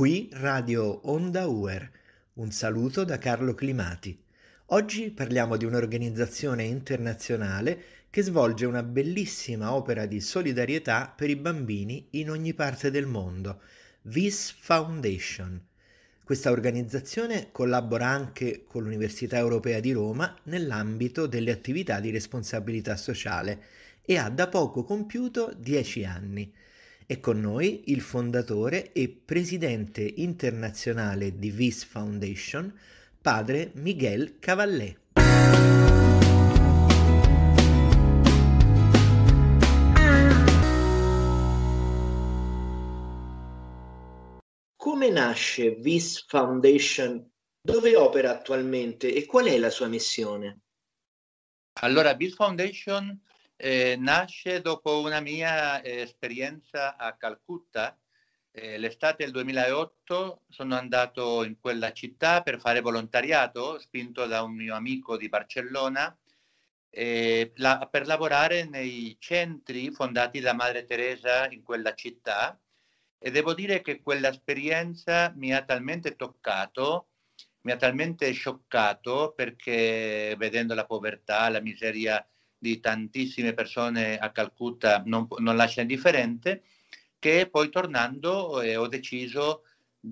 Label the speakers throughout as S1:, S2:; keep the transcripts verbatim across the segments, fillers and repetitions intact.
S1: Qui Radio Onda U E R. Un saluto da Carlo Climati. Oggi parliamo di un'organizzazione internazionale che svolge una bellissima opera di solidarietà per i bambini in ogni parte del mondo, Wyss Foundation. Questa organizzazione collabora anche con l'Università Europea di Roma nell'ambito delle attività di responsabilità sociale e ha da poco compiuto dieci anni. È con noi il fondatore e presidente internazionale di Wyss Foundation, padre Miguel Cavallé. Come nasce Wyss Foundation? Dove opera attualmente e qual è la sua missione?
S2: Allora, Wyss Foundation eh, nasce dopo una mia eh, esperienza a Calcutta. Eh, l'estate del duemilaotto sono andato in quella città per fare volontariato, spinto da un mio amico di Barcellona, eh, la, per lavorare nei centri fondati da Madre Teresa in quella città. E devo dire che quell'esperienza mi ha talmente toccato, mi ha talmente scioccato, perché vedendo la povertà, la miseria di tantissime persone a Calcutta non, non lascia indifferente, che poi tornando eh, ho deciso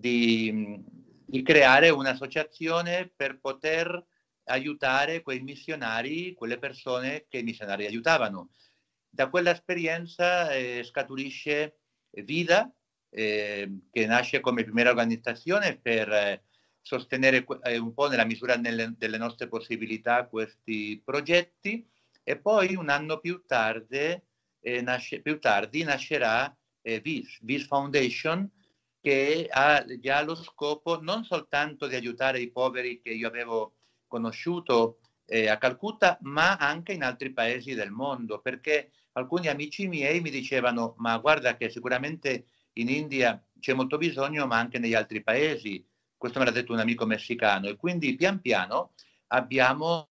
S2: di, di creare un'associazione per poter aiutare quei missionari, quelle persone che i missionari aiutavano. Da quell'esperienza eh, scaturisce Vida, Eh, che nasce come prima organizzazione per eh, sostenere eh, un po' nella misura nelle, delle nostre possibilità questi progetti, e poi un anno più tardi, eh, nasce, più tardi nascerà eh, Wyss, Wyss Foundation, che ha già lo scopo non soltanto di aiutare i poveri che io avevo conosciuto eh, a Calcutta, ma anche in altri paesi del mondo, perché alcuni amici miei mi dicevano: ma guarda che sicuramente in India c'è molto bisogno, ma anche negli altri paesi. Questo me l'ha detto un amico messicano, e quindi pian piano abbiamo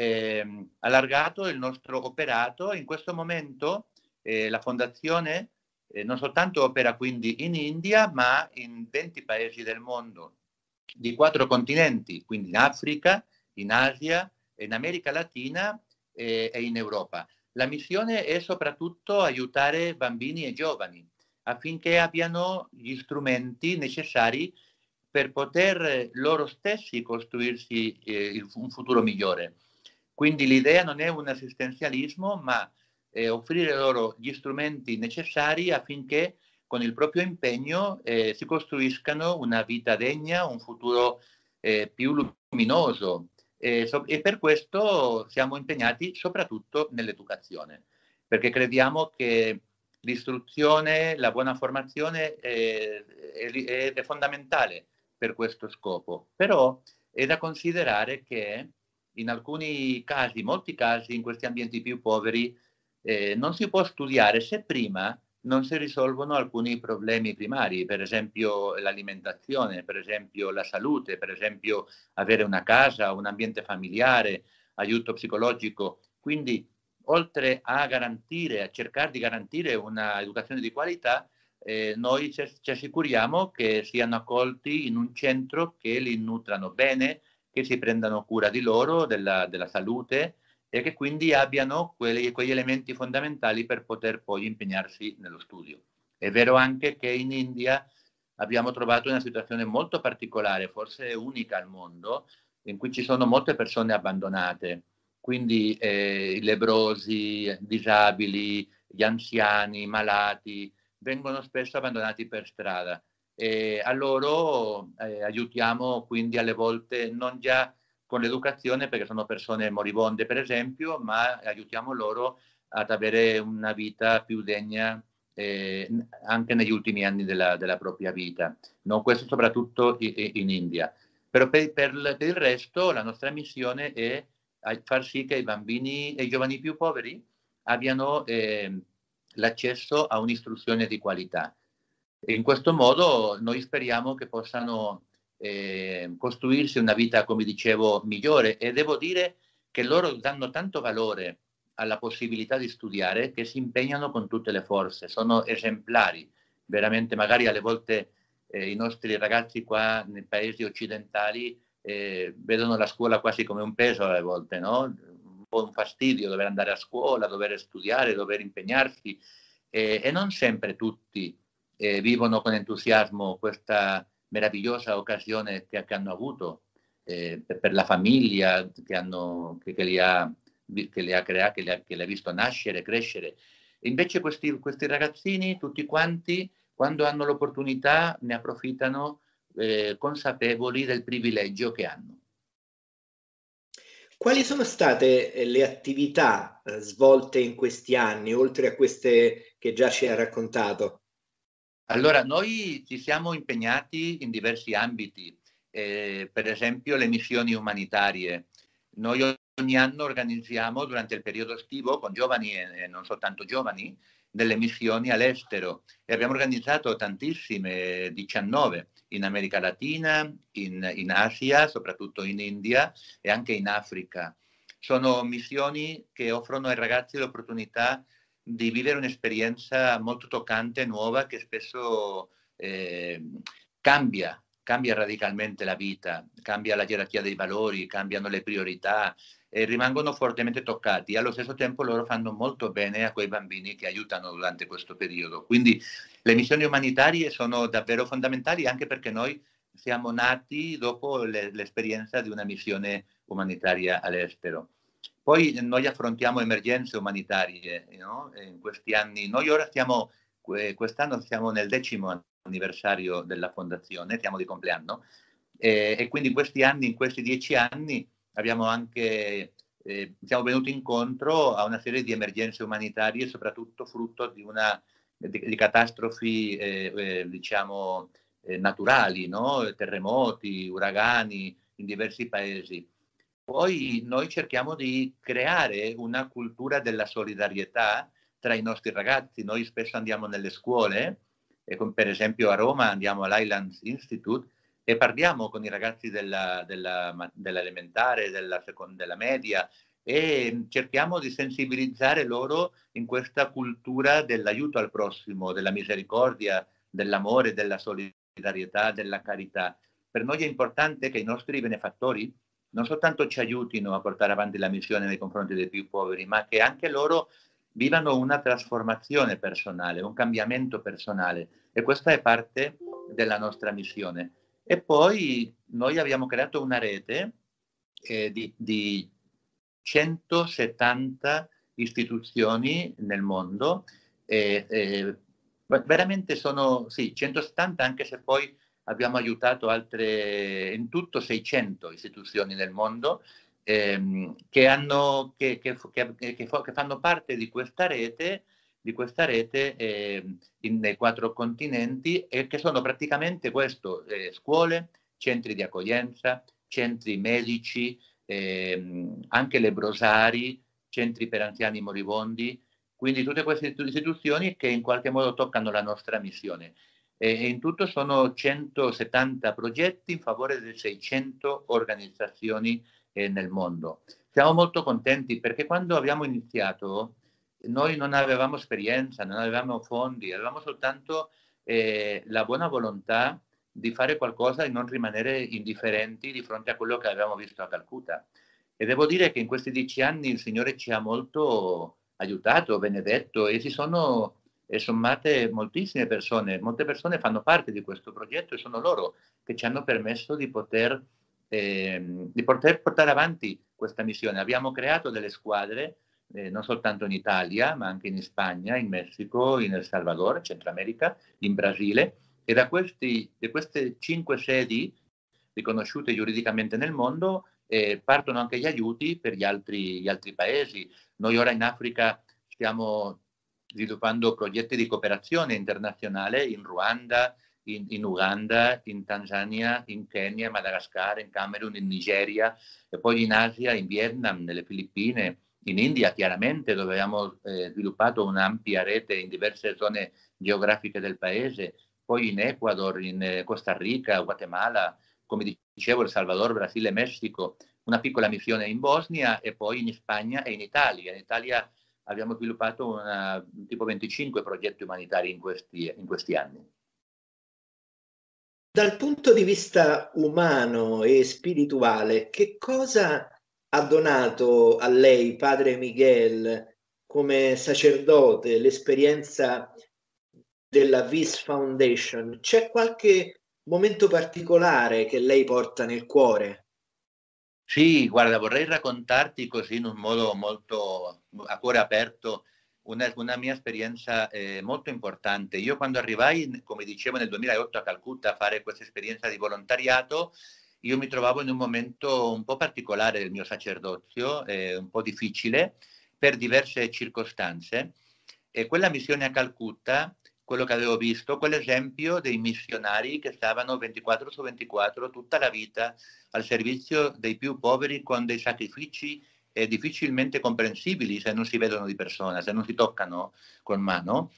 S2: eh, allargato il nostro operato. In questo momento eh, la fondazione eh, non soltanto opera quindi in India, ma in venti paesi del mondo, di quattro continenti, quindi in Africa, in Asia, in America Latina eh, e in Europa. La missione è soprattutto aiutare bambini e giovani affinché abbiano gli strumenti necessari per poter loro stessi costruirsi eh, un futuro migliore. Quindi l'idea non è un assistenzialismo, ma eh, offrire loro gli strumenti necessari affinché con il proprio impegno eh, si costruiscano una vita degna, un futuro eh, più luminoso. E, so- e per questo siamo impegnati soprattutto nell'educazione, perché crediamo che l'istruzione, la buona formazione è, è, è fondamentale per questo scopo. Però è da considerare che in alcuni casi, molti casi, in questi ambienti più poveri, eh, non si può studiare se prima non si risolvono alcuni problemi primari, per esempio l'alimentazione, per esempio la salute, per esempio avere una casa, un ambiente familiare, aiuto psicologico. Quindi, oltre a garantire, a cercare di garantire una educazione di qualità, eh, noi ci, ci assicuriamo che siano accolti in un centro che li nutrano bene, che si prendano cura di loro, della, della salute, e che quindi abbiano quelli, quegli elementi fondamentali per poter poi impegnarsi nello studio. È vero anche che in India abbiamo trovato una situazione molto particolare, forse unica al mondo, in cui ci sono molte persone abbandonate, quindi eh, i lebbrosi, disabili, gli anziani, i malati, vengono spesso abbandonati per strada. E a loro eh, aiutiamo quindi alle volte non già con l'educazione, perché sono persone moribonde per esempio, ma aiutiamo loro ad avere una vita più degna eh, anche negli ultimi anni della, della propria vita. No, questo soprattutto in, in India. Però per, per, per il resto la nostra missione è far sì che i bambini e i giovani più poveri abbiano eh, l'accesso a un'istruzione di qualità. E in questo modo noi speriamo che possano eh, costruirsi una vita, come dicevo, migliore. E devo dire che loro danno tanto valore alla possibilità di studiare che si impegnano con tutte le forze, sono esemplari, veramente. Magari alle volte Eh, I nostri ragazzi qua nei paesi occidentali eh, vedono la scuola quasi come un peso alle volte, no? Un po' un fastidio dover andare a scuola, dover studiare, dover impegnarsi eh, e non sempre tutti eh, vivono con entusiasmo questa meravigliosa occasione che, che hanno avuto eh, per, per la famiglia che, hanno, che, che li ha che li ha creati, che li ha, che li ha visto nascere, crescere. E invece questi, questi ragazzini, tutti quanti, quando hanno l'opportunità, ne approfittano eh, consapevoli del privilegio che hanno.
S1: Quali sono state eh, le attività eh, svolte in questi anni, oltre a queste che già ci ha raccontato?
S2: Allora, noi ci siamo impegnati in diversi ambiti, eh, per esempio le missioni umanitarie. Noi ogni anno organizziamo durante il periodo estivo con giovani e non soltanto giovani delle missioni all'estero e abbiamo organizzato tantissime, diciannove, in America Latina, in, in Asia, soprattutto in India e anche in Africa. Sono missioni che offrono ai ragazzi l'opportunità di vivere un'esperienza molto toccante, nuova, che spesso eh, cambia, cambia radicalmente la vita, cambia la gerarchia dei valori, cambiano le priorità e rimangono fortemente toccati. Allo stesso tempo loro fanno molto bene a quei bambini che aiutano durante questo periodo. Quindi le missioni umanitarie sono davvero fondamentali, anche perché noi siamo nati dopo le, l'esperienza di una missione umanitaria all'estero. Poi noi affrontiamo emergenze umanitarie, no? In questi anni, noi ora stiamo, quest'anno siamo nel decimo anniversario della fondazione, siamo di compleanno, eh, e quindi in questi anni, in questi dieci anni, abbiamo anche, eh, siamo venuti incontro a una serie di emergenze umanitarie, soprattutto frutto di, una, di, di catastrofi, eh, eh, diciamo, eh, naturali, no? Terremoti, uragani in diversi paesi. Poi noi cerchiamo di creare una cultura della solidarietà tra i nostri ragazzi. Noi spesso andiamo nelle scuole, e con, per esempio a Roma andiamo all'Highlands Institute e parliamo con i ragazzi della, della, dell'elementare, della, della media e cerchiamo di sensibilizzare loro in questa cultura dell'aiuto al prossimo, della misericordia, dell'amore, della solidarietà, della carità. Per noi è importante che i nostri benefattori non soltanto ci aiutino a portare avanti la missione nei confronti dei più poveri, ma che anche loro vivano una trasformazione personale, un cambiamento personale. E questa è parte della nostra missione. E poi noi abbiamo creato una rete eh, di, di centosettanta istituzioni nel mondo. Eh, eh, veramente sono, sì, centosettanta, anche se poi abbiamo aiutato altre, in tutto seicento istituzioni nel mondo ehm, che, hanno, che, che, che, che, fanno parte di questa rete, di questa rete eh, in, nei quattro continenti e che sono praticamente questo, eh, scuole, centri di accoglienza, centri medici, ehm, anche lebrosari, centri per anziani moribondi, quindi tutte queste istituzioni che in qualche modo toccano la nostra missione. E in tutto sono centosettanta progetti in favore di seicento organizzazioni eh, nel mondo. Siamo molto contenti perché quando abbiamo iniziato noi non avevamo esperienza, non avevamo fondi, avevamo soltanto eh, la buona volontà di fare qualcosa e non rimanere indifferenti di fronte a quello che avevamo visto a Calcutta. E devo dire che in questi dieci anni il Signore ci ha molto aiutato, benedetto e si sono e sommate moltissime persone, molte persone fanno parte di questo progetto e sono loro che ci hanno permesso di poter, eh, di poter portare avanti questa missione. Abbiamo creato delle squadre, eh, non soltanto in Italia, ma anche in Spagna, in Messico, in El Salvador, in Centro America, in Brasile, e da questi, di queste cinque sedi riconosciute giuridicamente nel mondo eh, partono anche gli aiuti per gli altri, gli altri paesi. Noi ora in Africa stiamo sviluppando progetti di cooperazione internazionale in Ruanda, in, in Uganda, in Tanzania, in Kenya, Madagascar, in Camerun, in Nigeria e poi in Asia, in Vietnam, nelle Filippine, in India chiaramente dove abbiamo eh, sviluppato un'ampia rete in diverse zone geografiche del paese, poi in Ecuador, in eh, Costa Rica, Guatemala, come dicevo, El Salvador, Brasile, Messico, una piccola missione in Bosnia e poi in Spagna e in Italia. In Italia abbiamo sviluppato una, tipo venticinque progetti umanitari in questi, in questi anni.
S1: Dal punto di vista umano e spirituale, che cosa ha donato a lei, padre Miguel, come sacerdote, l'esperienza della Vis Foundation? C'è qualche momento particolare che lei porta nel cuore?
S2: Sì, guarda, vorrei raccontarti così in un modo molto a cuore aperto una, una mia esperienza eh, molto importante. Io quando arrivai, come dicevo, nel duemilaotto a Calcutta a fare questa esperienza di volontariato, io mi trovavo in un momento un po' particolare del mio sacerdozio, eh, un po' difficile per diverse circostanze. E quella missione a Calcutta, quello che avevo visto, quell'esempio dei missionari che stavano ventiquattro su ventiquattro tutta la vita al servizio dei più poveri con dei sacrifici eh, difficilmente comprensibili se non si vedono di persona, se non si toccano con mano.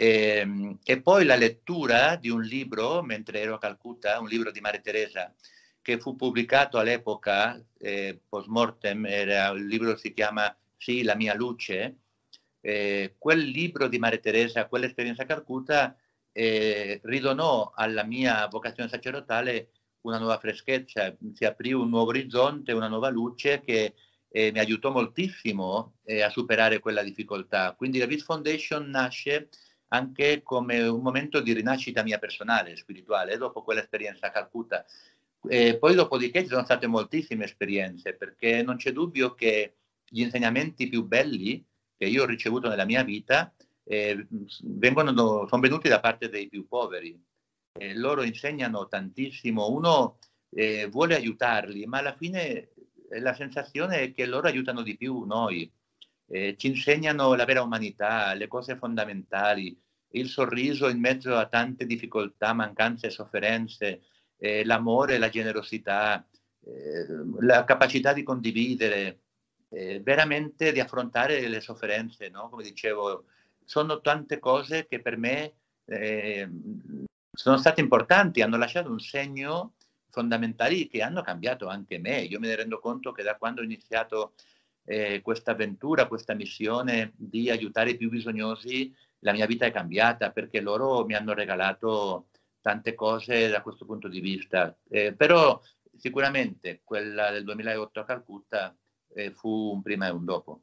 S2: E, e poi la lettura di un libro, mentre ero a Calcutta, un libro di Maria Teresa, che fu pubblicato all'epoca, eh, post mortem, era, il libro si chiama Sì, la mia luce. Eh, quel libro di Maria Teresa, quell'esperienza a Calcutta, eh, ridonò alla mia vocazione sacerdotale una nuova freschezza, si aprì un nuovo orizzonte, una nuova luce che eh, mi aiutò moltissimo eh, a superare quella difficoltà. Quindi la Vis Foundation nasce anche come un momento di rinascita mia personale, spirituale, dopo quell'esperienza a Calcutta. E poi dopodiché ci sono state moltissime esperienze, perché non c'è dubbio che gli insegnamenti più belli che io ho ricevuto nella mia vita eh, vengono, sono venuti da parte dei più poveri. Eh, loro insegnano tantissimo, uno eh, vuole aiutarli, ma alla fine eh, la sensazione è che loro aiutano di più noi, eh, ci insegnano la vera umanità, le cose fondamentali, il sorriso in mezzo a tante difficoltà, mancanze e sofferenze, eh, l'amore, la generosità, eh, la capacità di condividere, eh, veramente di affrontare le sofferenze, no? Come dicevo, sono tante cose che per me eh, sono state importanti, hanno lasciato un segno fondamentali che hanno cambiato anche me. Io me ne rendo conto che da quando ho iniziato eh, questa avventura, questa missione di aiutare i più bisognosi, la mia vita è cambiata perché loro mi hanno regalato tante cose da questo punto di vista. Eh, però sicuramente quella del duemilaotto a Calcutta eh, fu un prima e un dopo.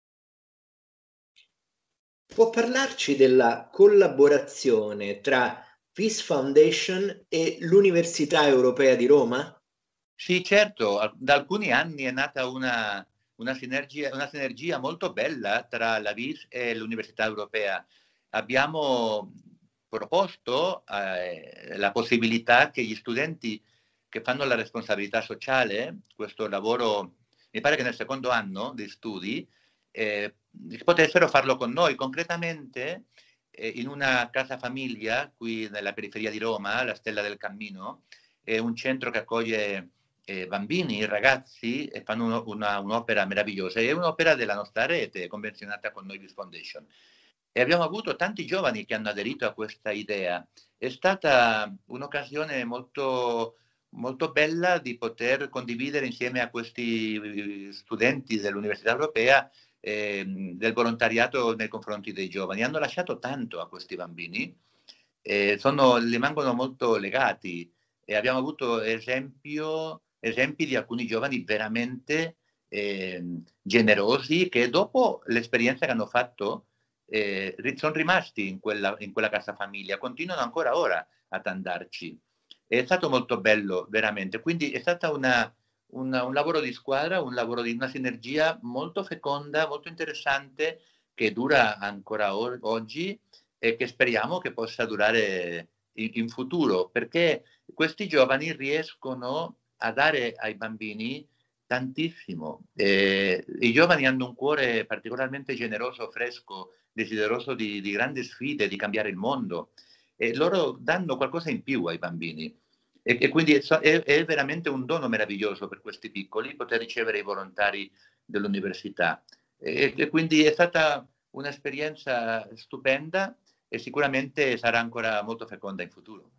S1: Può parlarci della collaborazione tra Vis Foundation e l'Università Europea di Roma?
S2: Sì, certo, da alcuni anni è nata una, una, sinergia, una sinergia molto bella tra la Vis e l'Università Europea. Abbiamo proposto eh, la possibilità che gli studenti che fanno la responsabilità sociale, questo lavoro, mi pare che nel secondo anno di studi, eh, potessero farlo con noi concretamente eh, in una casa famiglia qui nella periferia di Roma, la Stella del Cammino, è un centro che accoglie eh, bambini, ragazzi e fanno uno, una, un'opera meravigliosa. È un'opera della nostra rete convenzionata con Noi Vis Foundation. E abbiamo avuto tanti giovani che hanno aderito a questa idea. È stata un'occasione molto, molto bella di poter condividere insieme a questi studenti dell'Università Europea eh, del volontariato nei confronti dei giovani. Hanno lasciato tanto a questi bambini, eh, sono, rimangono molto legati e abbiamo avuto esempio, esempi di alcuni giovani veramente eh, generosi che dopo l'esperienza che hanno fatto eh, sono rimasti in quella, in quella casa famiglia, continuano ancora ora ad andarci. È stato molto bello, veramente. Quindi è stata una, una, un lavoro di squadra, un lavoro di una sinergia molto feconda, molto interessante, che dura ancora o- oggi e che speriamo che possa durare in, in futuro, perché questi giovani riescono a dare ai bambini tantissimo. Eh, I giovani hanno un cuore particolarmente generoso, fresco, desideroso di, di grandi sfide, di cambiare il mondo, e loro danno qualcosa in più ai bambini. E, e quindi è, è, è veramente un dono meraviglioso per questi piccoli poter ricevere i volontari dell'università. E, e quindi è stata un'esperienza stupenda e sicuramente sarà ancora molto feconda in futuro.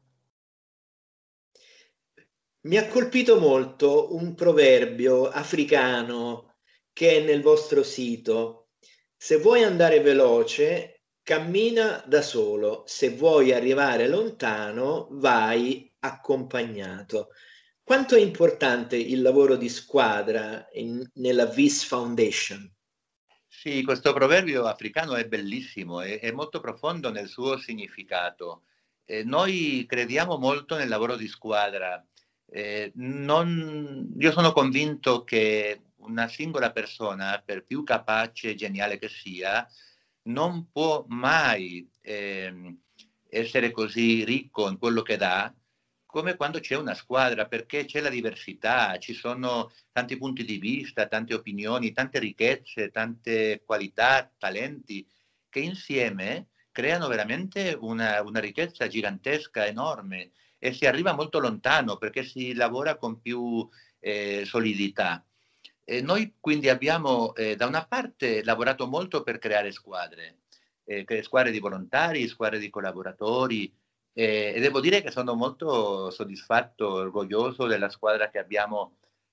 S1: Mi ha colpito molto un proverbio africano che è nel vostro sito. Se vuoi andare veloce, cammina da solo. Se vuoi arrivare lontano, vai accompagnato. Quanto è importante il lavoro di squadra in, nella Vis Foundation?
S2: Sì, questo proverbio africano è bellissimo, è, è molto profondo nel suo significato. Eh, noi crediamo molto nel lavoro di squadra. Eh, non, io sono convinto che una singola persona, per più capace e geniale che sia, non può mai ehm, essere così ricco in quello che dà come quando c'è una squadra, perché c'è la diversità, ci sono tanti punti di vista, tante opinioni, tante ricchezze, tante qualità, talenti, che insieme creano veramente una, una ricchezza gigantesca, enorme, e si arriva molto lontano perché si lavora con più eh, solidità. E noi quindi abbiamo eh, da una parte lavorato molto per creare squadre, eh, squadre di volontari, squadre di collaboratori, eh, e devo dire che sono molto soddisfatto, orgoglioso della squadra che abbiamo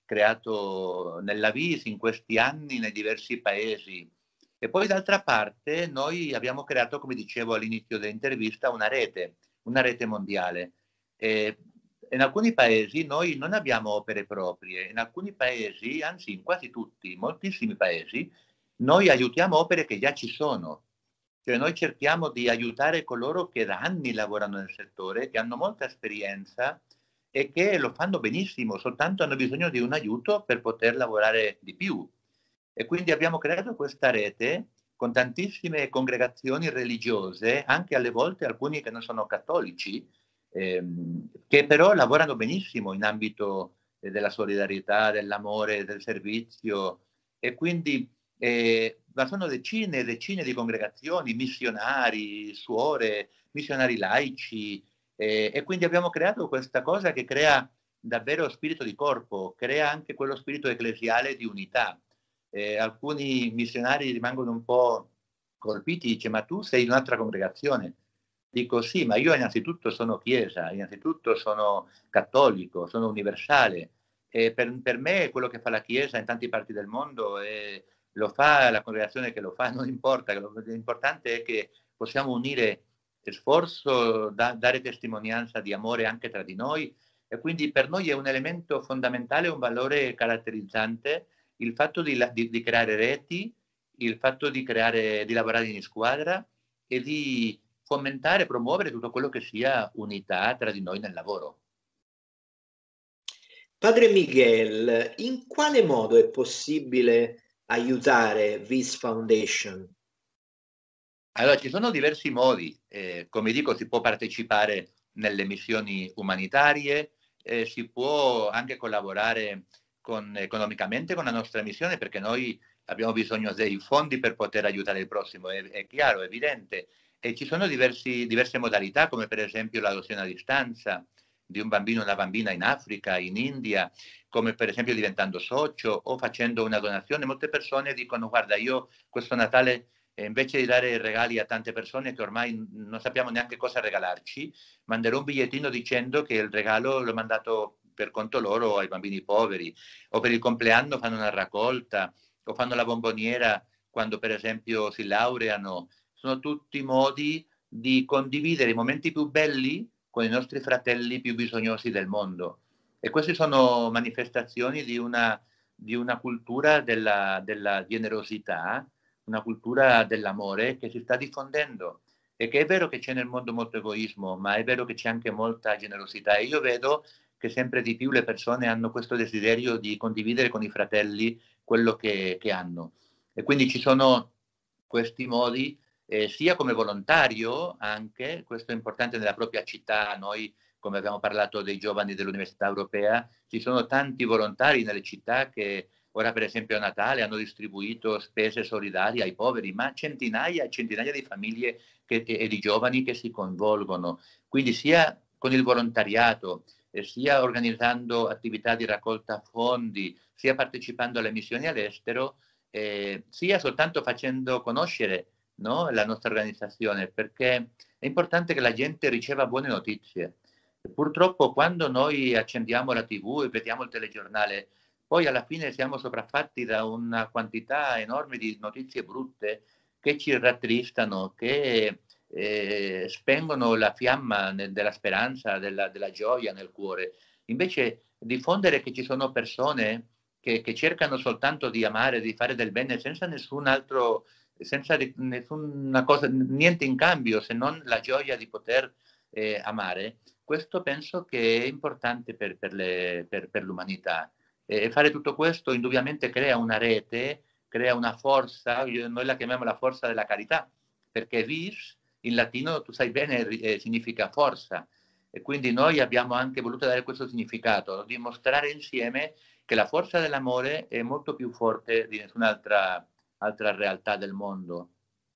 S2: creato nella Vis in questi anni nei diversi paesi. E poi d'altra parte noi abbiamo creato, come dicevo all'inizio dell'intervista, una rete, una rete mondiale. Eh, in alcuni paesi noi non abbiamo opere proprie, in alcuni paesi, anzi in quasi tutti, in moltissimi paesi, noi aiutiamo opere che già ci sono. Cioè noi cerchiamo di aiutare coloro che da anni lavorano nel settore, che hanno molta esperienza e che lo fanno benissimo, soltanto hanno bisogno di un aiuto per poter lavorare di più. E quindi abbiamo creato questa rete con tantissime congregazioni religiose, anche alle volte alcuni che non sono cattolici, ehm, che però lavorano benissimo in ambito eh, della solidarietà, dell'amore, del servizio. E quindi eh, ma sono decine e decine di congregazioni, missionari, suore, missionari laici, eh, e quindi abbiamo creato questa cosa che crea davvero spirito di corpo, crea anche quello spirito ecclesiale di unità. Eh, alcuni missionari rimangono un po' colpiti, dice ma tu sei in un'altra congregazione. Dico sì, ma io innanzitutto sono chiesa, innanzitutto sono cattolico, sono universale, e per, per me quello che fa la chiesa in tante parti del mondo è, lo fa la congregazione che lo fa, non importa, l'importante è che possiamo unire sforzo, da, dare testimonianza di amore anche tra di noi, e quindi per noi è un elemento fondamentale, un valore caratterizzante il fatto di, di, di creare reti, il fatto di, creare, di lavorare in squadra e di fomentare, promuovere tutto quello che sia unità tra di noi nel lavoro.
S1: Padre Miguel, in quale modo è possibile aiutare Vis Foundation?
S2: Allora, ci sono diversi modi, eh, come dico, si può partecipare nelle missioni umanitarie, eh, si può anche collaborare con, economicamente con la nostra missione, perché noi abbiamo bisogno dei fondi per poter aiutare il prossimo, è, è chiaro, è evidente. E ci sono diversi, diverse modalità, come per esempio l'adozione a distanza di un bambino o una bambina in Africa, in India, come per esempio diventando socio o facendo una donazione. Molte persone dicono, guarda, io questo Natale e invece di dare regali a tante persone che ormai non sappiamo neanche cosa regalarci, manderò un bigliettino dicendo che il regalo l'ho mandato per conto loro ai bambini poveri, o per il compleanno fanno una raccolta, o fanno la bomboniera quando per esempio si laureano. Sono tutti modi di condividere i momenti più belli con i nostri fratelli più bisognosi del mondo. E queste sono manifestazioni di una, di una cultura della, della generosità, una cultura dell'amore che si sta diffondendo, e che è vero che c'è nel mondo molto egoismo, ma è vero che c'è anche molta generosità, e io vedo che sempre di più le persone hanno questo desiderio di condividere con i fratelli quello che, che hanno. E quindi ci sono questi modi, eh, sia come volontario anche, questo è importante nella propria città, noi come abbiamo parlato dei giovani dell'Università Europea, ci sono tanti volontari nelle città che ora per esempio a Natale hanno distribuito spese solidarie ai poveri, ma centinaia e centinaia di famiglie che, e di giovani che si coinvolgono. Quindi sia con il volontariato, eh, sia organizzando attività di raccolta fondi, sia partecipando alle missioni all'estero, eh, sia soltanto facendo conoscere, no, la nostra organizzazione, perché è importante che la gente riceva buone notizie. Purtroppo quando noi accendiamo la tivù e vediamo il telegiornale, poi alla fine siamo sopraffatti da una quantità enorme di notizie brutte che ci rattristano, che eh, spengono la fiamma nel, della speranza, della, della gioia nel cuore. Invece diffondere che ci sono persone che, che cercano soltanto di amare, di fare del bene senza nessun altro, senza nessuna cosa, niente in cambio se non la gioia di poter eh, amare, questo penso che è importante per, per, le, per, per l'umanità. E fare tutto questo indubbiamente crea una rete, crea una forza, noi la chiamiamo la forza della carità, perché vis in latino, tu sai bene, eh, significa forza, e quindi noi abbiamo anche voluto dare questo significato, dimostrare insieme che la forza dell'amore è molto più forte di nessun'altra altra realtà del mondo.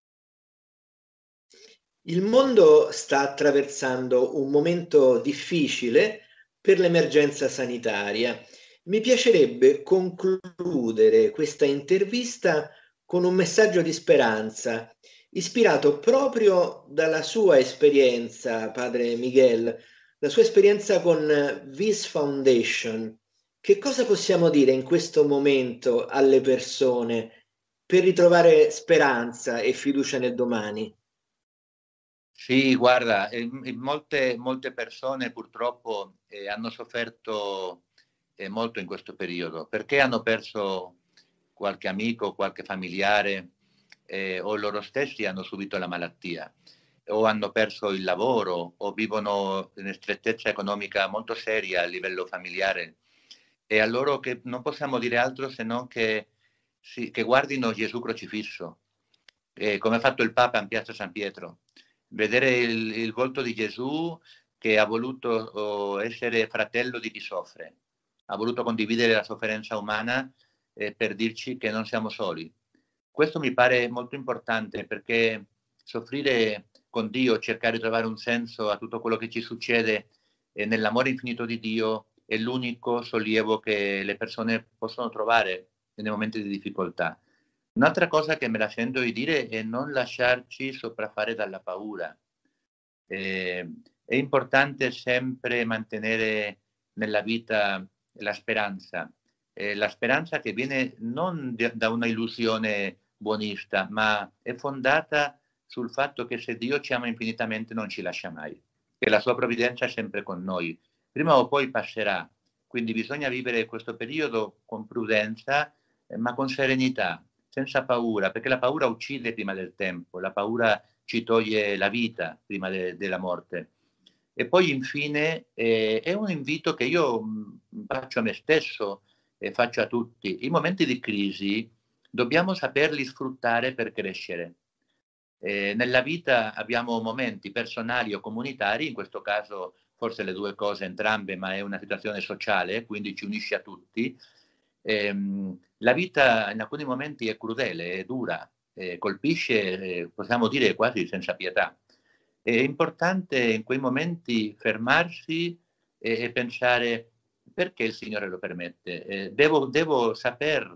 S1: Il mondo sta attraversando un momento difficile per l'emergenza sanitaria. Mi piacerebbe concludere questa intervista con un messaggio di speranza, ispirato proprio dalla sua esperienza, padre Miguel, la sua esperienza con Vis Foundation. Che cosa possiamo dire in questo momento alle persone per ritrovare speranza e fiducia nel domani?
S2: Sì, guarda, eh, molte, molte persone purtroppo eh, hanno sofferto eh, molto in questo periodo perché hanno perso qualche amico, qualche familiare eh, o loro stessi hanno subito la malattia o hanno perso il lavoro o vivono in strettezza economica molto seria a livello familiare. E a loro che non possiamo dire altro se non che, sì, che guardino Gesù crocifisso, eh, come ha fatto il Papa in Piazza San Pietro. Vedere il, il volto di Gesù che ha voluto oh, essere fratello di chi soffre, ha voluto condividere la sofferenza umana eh, per dirci che non siamo soli. Questo mi pare molto importante perché soffrire con Dio, cercare di trovare un senso a tutto quello che ci succede eh, nell'amore infinito di Dio è l'unico sollievo che le persone possono trovare nei momenti di difficoltà. Un'altra cosa che me la sento di dire è non lasciarci sopraffare dalla paura. Eh, è importante sempre mantenere nella vita la speranza, eh, la speranza che viene non de- da una illusione buonista, ma è fondata sul fatto che se Dio ci ama infinitamente non ci lascia mai, che la sua provvidenza è sempre con noi. Prima o poi passerà, quindi bisogna vivere questo periodo con prudenza, eh, ma con serenità, senza paura, perché la paura uccide prima del tempo, la paura ci toglie la vita prima de- della morte. E poi infine eh, è un invito che io mh, faccio a me stesso e faccio a tutti. I momenti di crisi dobbiamo saperli sfruttare per crescere. Eh, nella vita abbiamo momenti personali o comunitari, in questo caso forse le due cose entrambe, ma è una situazione sociale, quindi ci unisce a tutti. Eh, la vita in alcuni momenti è crudele, è dura, eh, colpisce, eh, possiamo dire, quasi senza pietà. È importante in quei momenti fermarsi e, e pensare perché il Signore lo permette. Eh, devo, devo saper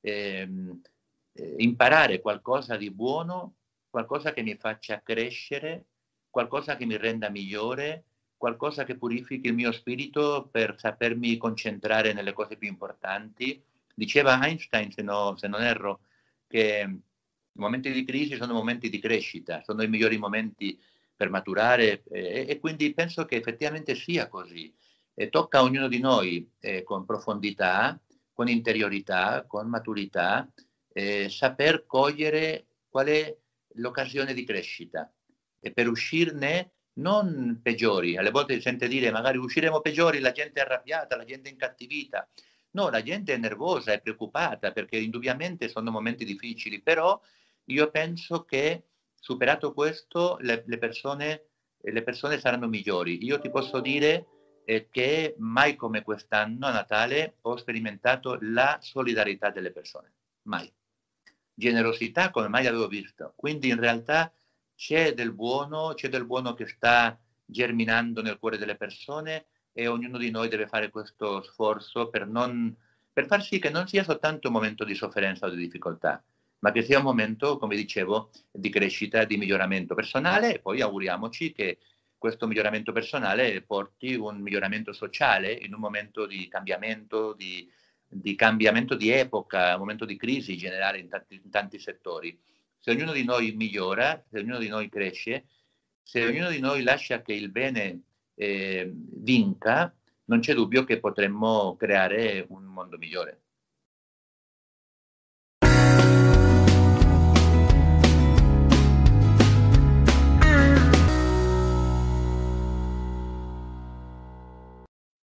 S2: ehm, eh, imparare qualcosa di buono, qualcosa che mi faccia crescere, qualcosa che mi renda migliore, qualcosa che purifichi il mio spirito per sapermi concentrare nelle cose più importanti. Diceva Einstein, se, no, se non erro, che i momenti di crisi sono momenti di crescita, sono i migliori momenti per maturare eh, e quindi penso che effettivamente sia così. E tocca a ognuno di noi eh, con profondità, con interiorità, con maturità, eh, saper cogliere qual è l'occasione di crescita e per uscirne non peggiori. Alle volte si sente dire magari usciremo peggiori, la gente è arrabbiata, la gente è incattivita. No, la gente è nervosa, è preoccupata perché indubbiamente sono momenti difficili, però io penso che superato questo le, le, persone, le persone saranno migliori. Io ti posso dire eh, che mai come quest'anno a Natale ho sperimentato la solidarietà delle persone, mai. Generosità come mai avevo visto. Quindi in realtà c'è del buono, c'è del buono che sta germinando nel cuore delle persone e ognuno di noi deve fare questo sforzo per, non, per far sì che non sia soltanto un momento di sofferenza o di difficoltà, ma che sia un momento, come dicevo, di crescita, di miglioramento personale e poi auguriamoci che questo miglioramento personale porti un miglioramento sociale in un momento di cambiamento, di, di cambiamento di epoca, un momento di crisi generale in tanti, in tanti settori. Se ognuno di noi migliora, se ognuno di noi cresce, se ognuno di noi lascia che il bene eh, vinca, non c'è dubbio che potremmo creare un mondo migliore.